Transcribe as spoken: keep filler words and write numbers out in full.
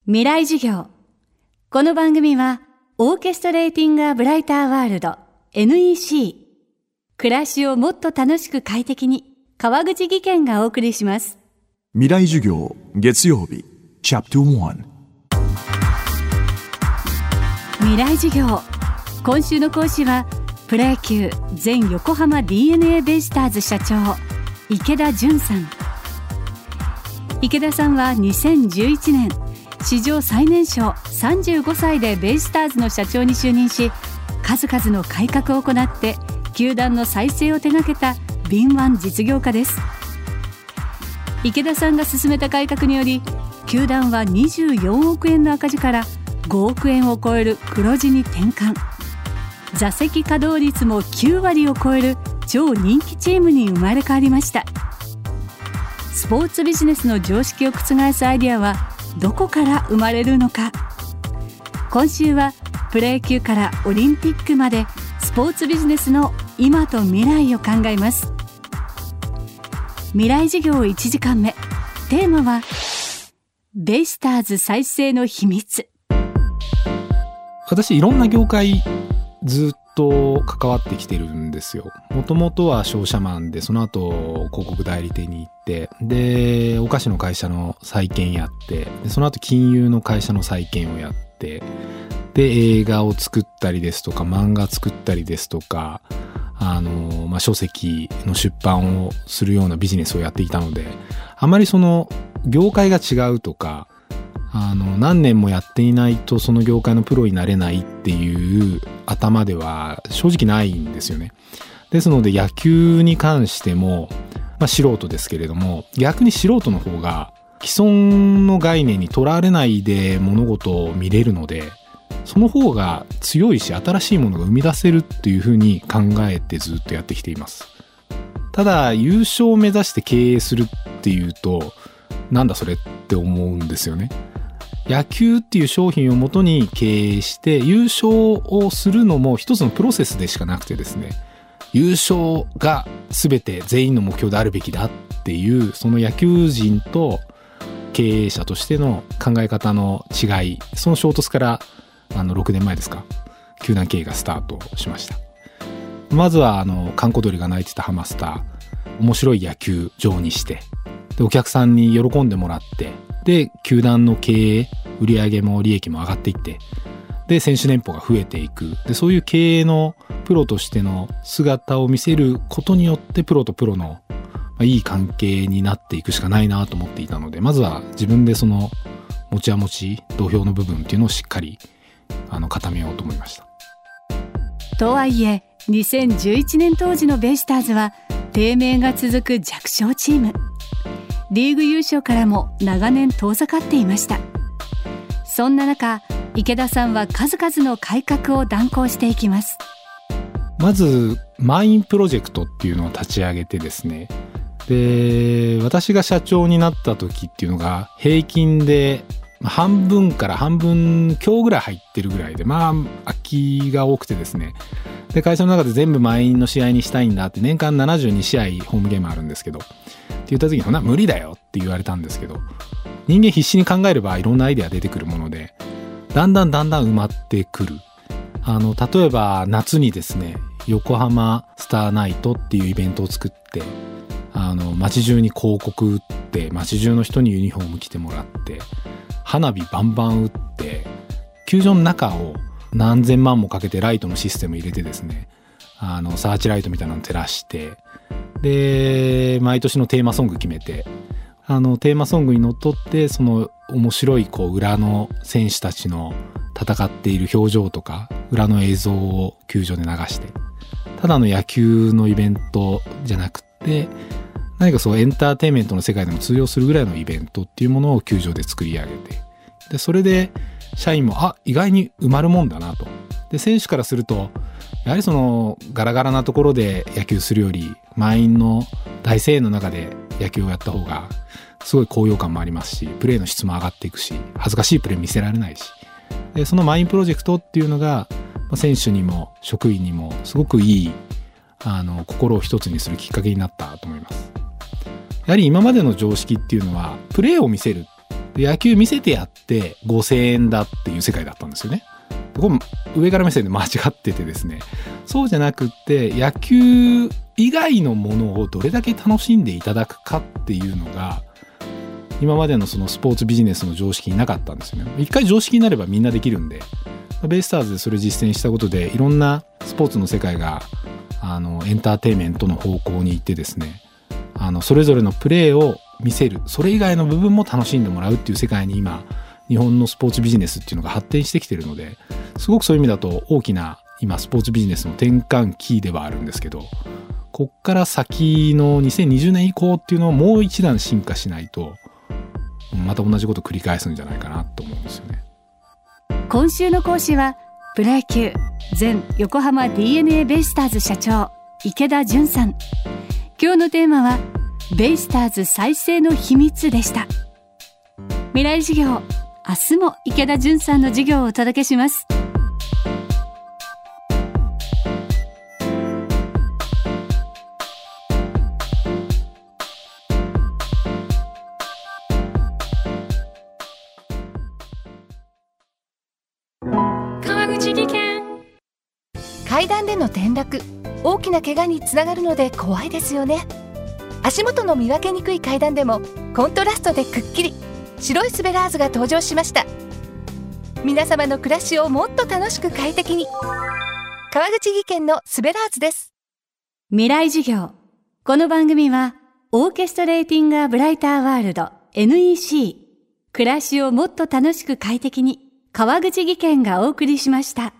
未来授業。この番組はオーケストレーティングアブライターワールド エヌイーシー 暮らしをもっと楽しく快適に川口義賢がお送りします。 未来授業月曜日チャプターワン未来授業。今週の講師はプロ野球前横浜 ディーエヌエー ベイスターズ社長池田純さん。池田さんはにせんじゅういちねん史上最年少さんじゅうごさいでベイスターズの社長に就任し、数々の改革を行って球団の再生を手掛けた敏腕実業家です。池田さんが進めた改革により、球団はにじゅうよんおくえんの赤字からごおくえんを超える黒字に転換、座席稼働率もきゅうわりを超える超人気チームに生まれ変わりました。スポーツビジネスの常識を覆すアイデアはどこから生まれるのか。今週はプロ野球からオリンピックまでスポーツビジネスの今と未来を考えます。未来授業いちじかんめ、テーマはベイスターズ再生の秘密。 私いろんな業界ずっと関わってきてるんですよ。もともとは商社マンで、その後広告代理店に行って、でお菓子の会社の再建やって、でその後金融の会社の再建をやって、で映画を作ったりですとか漫画作ったりですとか、あの、まあ、書籍の出版をするようなビジネスをやっていたので、あまりその業界が違うとか、あの何年もやっていないとその業界のプロになれないっていう頭では正直ないんですよね。ですので野球に関しても、まあ、素人ですけれども、逆に素人の方が既存の概念にとらわれないで物事を見れるので、その方が強いし新しいものが生み出せるっていうふうに考えてずっとやってきています。ただ優勝を目指して経営するっていうと、なんだそれって思うんですよね。野球っていう商品をもとに経営して優勝をするのも一つのプロセスでしかなくてですね、優勝が全て全員の目標であるべきだっていう、その野球人と経営者としての考え方の違い、その衝突からあのろくねんまえですか、球団経営がスタートしました。まずはあの閑古鳥が鳴いてたハマスター、面白い野球場にして、でお客さんに喜んでもらって、で球団の経営、売上も利益も上がっていって、で選手年俸が増えていく。でそういう経営のプロとしての姿を見せることによって、プロとプロの、まあ、いい関係になっていくしかないなと思っていたので、まずは自分でその持ちは持ち、土俵の部分っていうのをしっかりあの固めようと思いました。 とはいえにせんじゅういちねん当時のベイスターズは低迷が続く弱小チーム。リーグ優勝からも長年遠ざかっていました。そんな中、池田さんは数々の改革を断行していきます。 まずマインプロジェクトっていうのを立ち上げてですね、で私が社長になった時っていうのが平均で半分から半分強ぐらい入ってるぐらいで、まあ空きが多くてですね、で会社の中で全部満員の試合にしたいんだって、年間ななじゅうにしあいホームゲームあるんですけどって言った時に、ほな無理だよって言われたんですけど、人間必死に考えればいろんなアイデア出てくるもので、だんだんだんだん埋まってくる。あの例えば夏にですね、横浜スターナイトっていうイベントを作って、あの街中に広告打って、街中の人にユニフォーム着てもらって、花火バンバン打って、球場の中を何千万もかけてライトのシステム入れてですね、あのサーチライトみたいなの照らして、で毎年のテーマソング決めて、あのテーマソングにのっとって、その面白いこう裏の選手たちの戦っている表情とか裏の映像を球場で流して、ただの野球のイベントじゃなくて、何かそうエンターテインメントの世界でも通用するぐらいのイベントっていうものを球場で作り上げて、でそれで社員もあ意外に埋まるもんだなと。で選手からすると、やはりそのガラガラなところで野球するより、満員の大声援の中で野球をやった方がすごい高揚感もありますし、プレーの質も上がっていくし、恥ずかしいプレー見せられないし、でそのマインプロジェクトっていうのが選手にも職員にもすごくいいあの心を一つにするきっかけになったと思います。やはり今までの常識っていうのはプレーを見せるっで野球見せてやってごせんえんだっていう世界だったんですよね。これ上から目線で間違っててですね、そうじゃなくって野球以外のものをどれだけ楽しんでいただくかっていうのが今までのそのスポーツビジネスの常識になかったんですよね。一回常識になればみんなできるんで、ベイスターズでそれ実践したことでいろんなスポーツの世界があのエンターテインメントの方向に行ってですね、あのそれぞれのプレーを見せる、それ以外の部分も楽しんでもらうっていう世界に今日本のスポーツビジネスっていうのが発展してきてるので、すごくそういう意味だと大きな今スポーツビジネスの転換期ではあるんですけど、こっから先のにせんにじゅうねん以降っていうのをもう一段進化しないとまた同じこと繰り返すんじゃないかなと思うんですよね。 今週の講師はプロ野球前横浜 ディーエヌエー ベイスターズ社長池田純さん。今日のテーマはベイスターズ再生の秘密でした。未来授業、明日も池田純さんの授業をお届けします。 川口技研。階段での転落、大きな怪我につながるので怖いですよね。足元の見分けにくい階段でもコントラストでくっきり白いスベラーズが登場しました。皆様の暮らしをもっと楽しく快適に、川口技研のスベラーズです。 未来授業。この番組はオーケストレーティングアブライターワールド エヌイーシー、 暮らしをもっと楽しく快適に、川口技研がお送りしました。